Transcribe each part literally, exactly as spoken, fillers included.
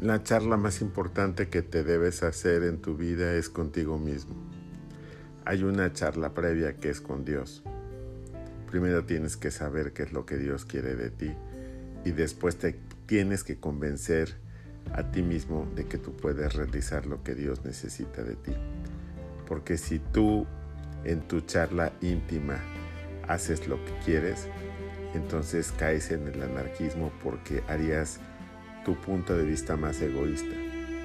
La charla más importante que te debes hacer en tu vida es contigo mismo. Hay una charla previa que es con Dios. Primero tienes que saber qué es lo que Dios quiere de ti y después te tienes que convencer a ti mismo de que tú puedes realizar lo que Dios necesita de ti. Porque si tú en tu charla íntima haces lo que quieres, entonces caes en el anarquismo porque harías tu punto de vista más egoísta.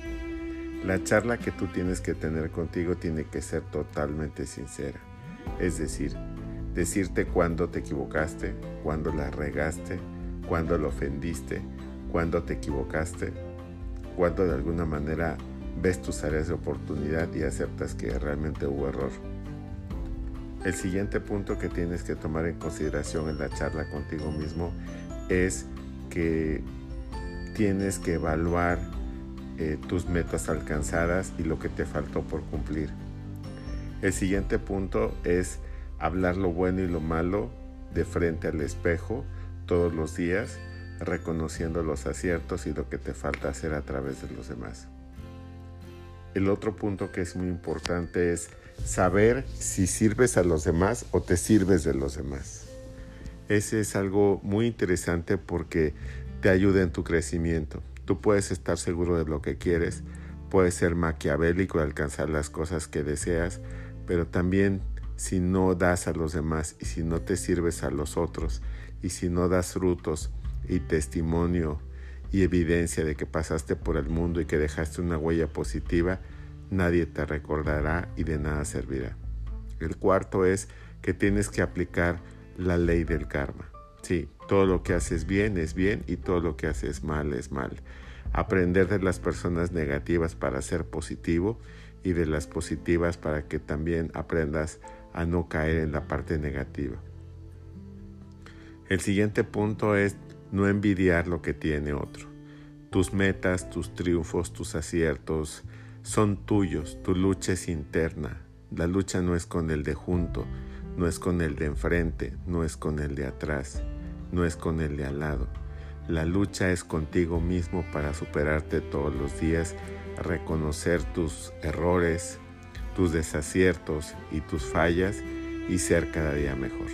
La charla que tú tienes que tener contigo tiene que ser totalmente sincera. Es decir, decirte cuándo te equivocaste, cuándo la regaste, cuándo lo ofendiste, cuándo te equivocaste, cuándo de alguna manera ves tus áreas de oportunidad y aceptas que realmente hubo error. El siguiente punto que tienes que tomar en consideración en la charla contigo mismo es que tienes que evaluar eh, tus metas alcanzadas y lo que te faltó por cumplir. El siguiente punto es hablar lo bueno y lo malo de frente al espejo todos los días, reconociendo los aciertos y lo que te falta hacer a través de los demás. El otro punto que es muy importante es saber si sirves a los demás o te sirves de los demás. Ese es algo muy interesante porque te ayuda en tu crecimiento. Tú puedes estar seguro de lo que quieres, puedes ser maquiavélico y alcanzar las cosas que deseas, pero también si no das a los demás y si no te sirves a los otros y si no das frutos y testimonio y evidencia de que pasaste por el mundo y que dejaste una huella positiva, nadie te recordará y de nada servirá. El cuarto es que tienes que aplicar la ley del karma. Sí, todo lo que haces bien es bien y todo lo que haces mal es mal. Aprender de las personas negativas para ser positivo y de las positivas para que también aprendas a no caer en la parte negativa. El siguiente punto es no envidiar lo que tiene otro. Tus metas, tus triunfos, tus aciertos son tuyos, tu lucha es interna. La lucha no es con el de junto, no es con el de enfrente, no es con el de atrás, no es con el de al lado. La lucha es contigo mismo para superarte todos los días, reconocer tus errores, tus desaciertos y tus fallas y ser cada día mejor.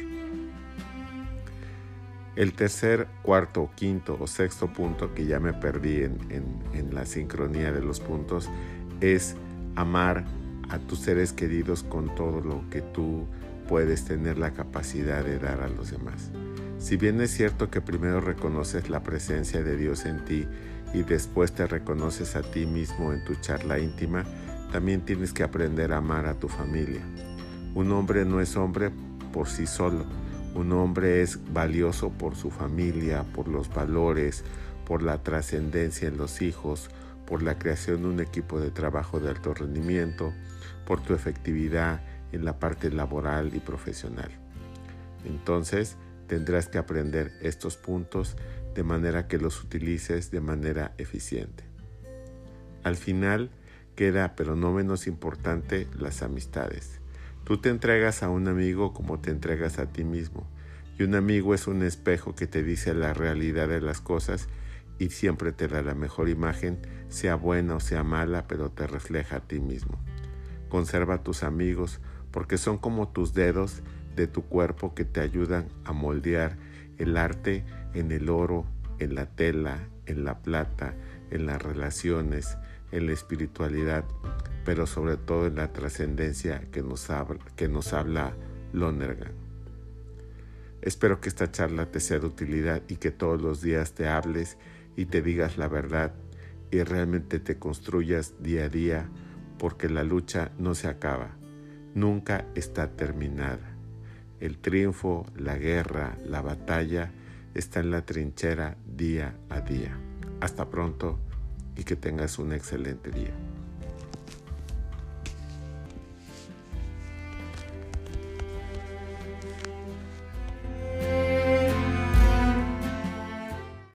El tercer, cuarto, quinto o sexto punto, que ya me perdí en, en, en la sincronía de los puntos, es amar a tus seres queridos con todo lo que tú puedes tener la capacidad de dar a los demás. Si bien es cierto que primero reconoces la presencia de Dios en ti y después te reconoces a ti mismo en tu charla íntima, también tienes que aprender a amar a tu familia. Un hombre no es hombre por sí solo. Un hombre es valioso por su familia, por los valores, por la trascendencia en los hijos, por la creación de un equipo de trabajo de alto rendimiento, por tu efectividad en la parte laboral y profesional. Entonces, tendrás que aprender estos puntos de manera que los utilices de manera eficiente. Al final, queda, pero no menos importante, las amistades. Tú te entregas a un amigo como te entregas a ti mismo. Y un amigo es un espejo que te dice la realidad de las cosas y siempre te da la mejor imagen, sea buena o sea mala, pero te refleja a ti mismo. Conserva a tus amigos porque son como tus dedos de tu cuerpo que te ayudan a moldear el arte en el oro, en la tela, en la plata, en las relaciones, en la espiritualidad, pero sobre todo en la trascendencia que nos habla, que nos habla Lonergan. Espero que esta charla te sea de utilidad y que todos los días te hables y te digas la verdad y realmente te construyas día a día, porque la lucha no se acaba, nunca está terminada. El triunfo, la guerra, la batalla está en la trinchera día a día. Hasta pronto y que tengas un excelente día.